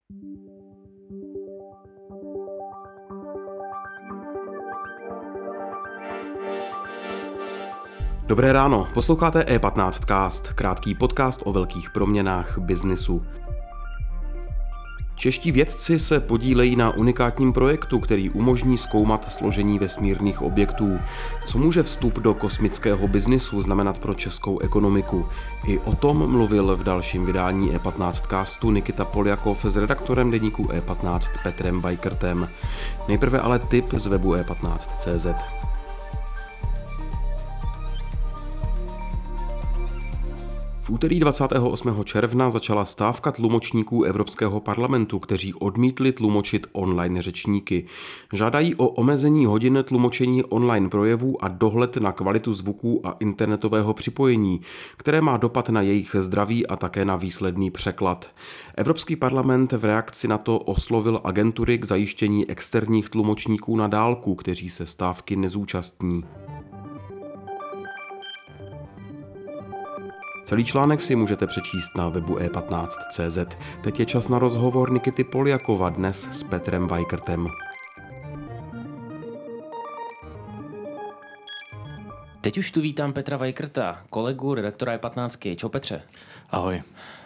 Dobré ráno, posloucháte E15cast, krátký podcast o velkých proměnách biznisu. Čeští vědci se podílejí na unikátním projektu, který umožní zkoumat složení vesmírných objektů. Co může vstup do kosmického biznisu znamenat pro českou ekonomiku? I o tom mluvil v dalším vydání E15castu Nikita Poljakov s redaktorem deníku E15 Petrem Vajkrtem. Nejprve ale tip z webu E15.cz. V úterý 28. června začala stávka tlumočníků Evropského parlamentu, kteří odmítli tlumočit online řečníky. Žádají o omezení hodin tlumočení online projevů a dohled na kvalitu zvuků a internetového připojení, které má dopad na jejich zdraví a také na výsledný překlad. Evropský parlament v reakci na to oslovil agentury k zajištění externích tlumočníků na dálku, kteří se stávky nezúčastní. Celý článek si můžete přečíst na webu e15.cz. Teď je čas na rozhovor Nikity Poljakova dnes s Petrem Vajkrtem. Teď už tu vítám Petra Vajkrta, kolegu, redaktora E15. Čau Petře. Ahoj.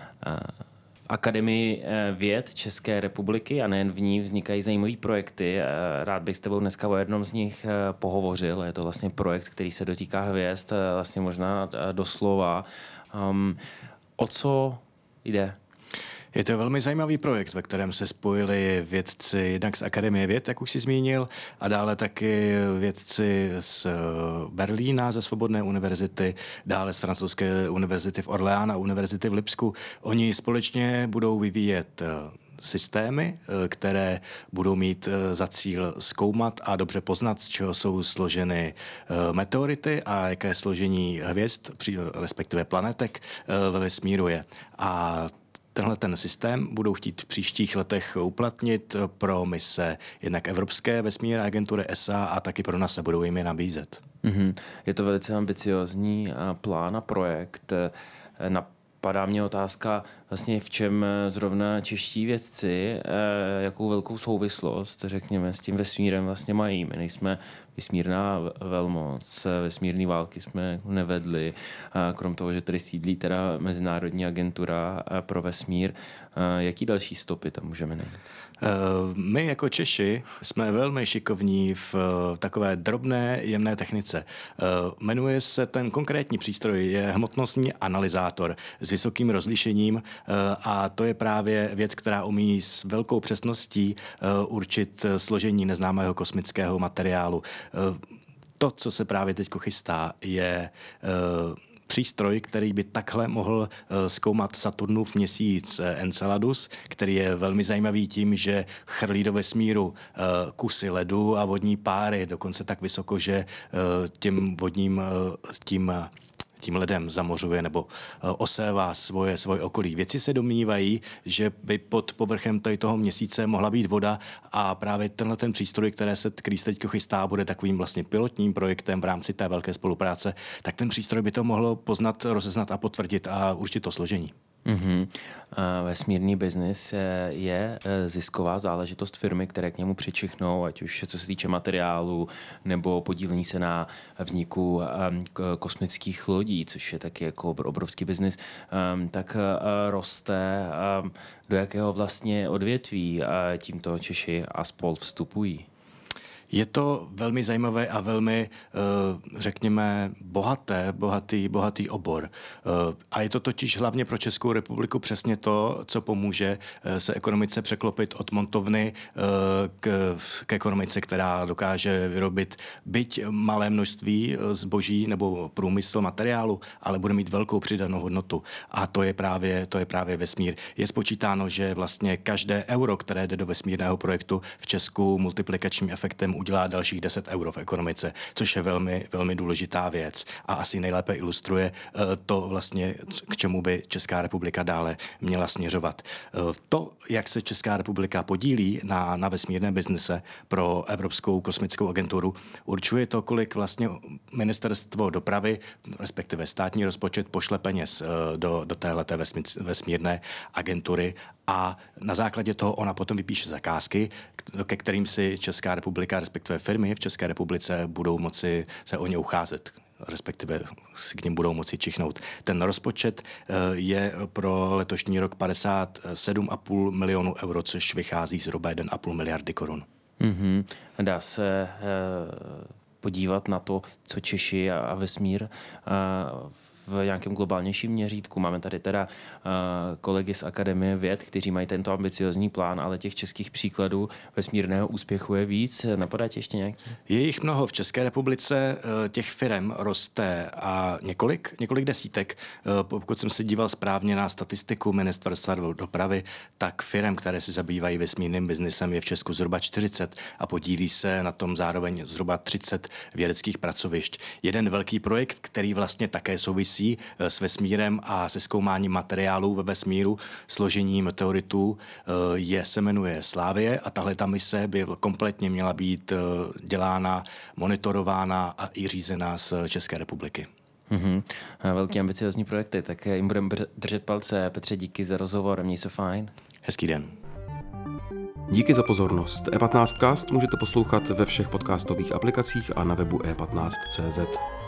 Akademii věd České republiky a nejen v ní vznikají zajímavé projekty. Rád bych s tebou dneska o jednom z nich pohovořil. Je to vlastně projekt, který se dotýká hvězd, vlastně možná doslova. O co jde? Je to velmi zajímavý projekt, ve kterém se spojili vědci jednak z Akademie věd, jak už si zmínil, a dále taky vědci z Berlína, ze Svobodné univerzity, dále z francouzské univerzity v Orléans a univerzity v Lipsku. Oni společně budou vyvíjet systémy, které budou mít za cíl zkoumat a dobře poznat, z čeho jsou složeny meteority a jaké složení hvězd, respektive planetek ve vesmíru je. A tenhle ten systém budou chtít v příštích letech uplatnit pro mise jednak Evropské vesmírné agentury ESA a taky pro nás se budou jim je nabízet. Je to velice ambiciozní plán a projekt. Napadá mě otázka, vlastně v čem zrovna čeští vědci, jakou velkou souvislost, řekněme, s tím vesmírem vlastně mají. My nejsme vesmírná velmoc, vesmírné války jsme nevedli, krom toho, že tady sídlí teda Mezinárodní agentura pro vesmír. Jaký další stopy tam můžeme najít? My jako Češi jsme velmi šikovní v takové drobné, jemné technice. Jmenuje se ten konkrétní přístroj, je hmotnostní analyzátor s vysokým rozlišením a to je právě věc, která umí s velkou přesností určit složení neznámého kosmického materiálu. To, co se právě teď chystá, je přístroj, který by takhle mohl zkoumat Saturnův měsíc Enceladus, který je velmi zajímavý tím, že chrlí do vesmíru kusy ledu a vodní páry, dokonce tak vysoko, že tím ledem zamořuje nebo osévá svoje okolí. Vědci se domnívají, že by pod povrchem toho měsíce mohla být voda a právě tenhle ten přístroj, který se teď chystá, bude takovým vlastně pilotním projektem v rámci té velké spolupráce, tak ten přístroj by to mohlo poznat, rozeznat a potvrdit a určit to složení. Vesmírný biznis je zisková záležitost firmy, které k němu přičichnou, ať už co se týče materiálu nebo podílení se na vzniku kosmických lodí, což je taky jako obrovský biznis, tak roste. Do jakého vlastně odvětví tímto Češi a spol vstupují? Je to velmi zajímavé a velmi, řekněme, bohatý obor. A je to totiž hlavně pro Českou republiku přesně to, co pomůže se ekonomice překlopit od montovny k ekonomice, která dokáže vyrobit byť malé množství zboží nebo průmysl materiálu, ale bude mít velkou přidanou hodnotu. A to je právě vesmír. Je spočítáno, že vlastně každé euro, které jde do vesmírného projektu v Česku multiplikačním efektem udělá dalších 10 euro v ekonomice, což je velmi, velmi důležitá věc a asi nejlépe ilustruje to vlastně, k čemu by Česká republika dále měla směřovat. To, jak se Česká republika podílí na vesmírném biznise pro Evropskou kosmickou agenturu, určuje to, kolik vlastně ministerstvo dopravy, respektive státní rozpočet, pošle peněz do téhleté vesmírné agentury a na základě toho ona potom vypíše zakázky, ke kterým si Česká republika, respektive firmy v České republice budou moci se o ně ucházet, respektive si k nim budou moci čichnout. Ten rozpočet je pro letošní rok 57,5 milionu euro, což vychází zhruba 1,5 miliardy korun. Mm-hmm. Dá se podívat na to, co Češi a vesmír v nějakém globálnějším měřítku. Máme tady teda kolegy z Akademie věd, kteří mají tento ambiciozní plán, ale těch českých příkladů vesmírného úspěchu je víc. Napadá ti ještě nějaký? Je jich mnoho. V České republice těch firem roste a několik desítek. Pokud jsem se díval správně na statistiku Ministerstva dopravy, tak firem, které se zabývají vesmírným biznisem, je v Česku zhruba 40 a podílí se na tom zároveň zhruba 30 vědeckých pracovišť. Jeden velký projekt, který vlastně také souvisí s vesmírem a se zkoumáním materiálů ve vesmíru, složení meteoritů, se jmenuje Slávie a tahle ta mise by kompletně měla být dělána, monitorována a i řízená z České republiky. Mm-hmm. Velký ambiciozní projekty, tak jim budeme držet palce. Petře, díky za rozhovor, měj se fajn. Hezký den. Díky za pozornost. E15cast můžete poslouchat ve všech podcastových aplikacích a na webu e15.cz.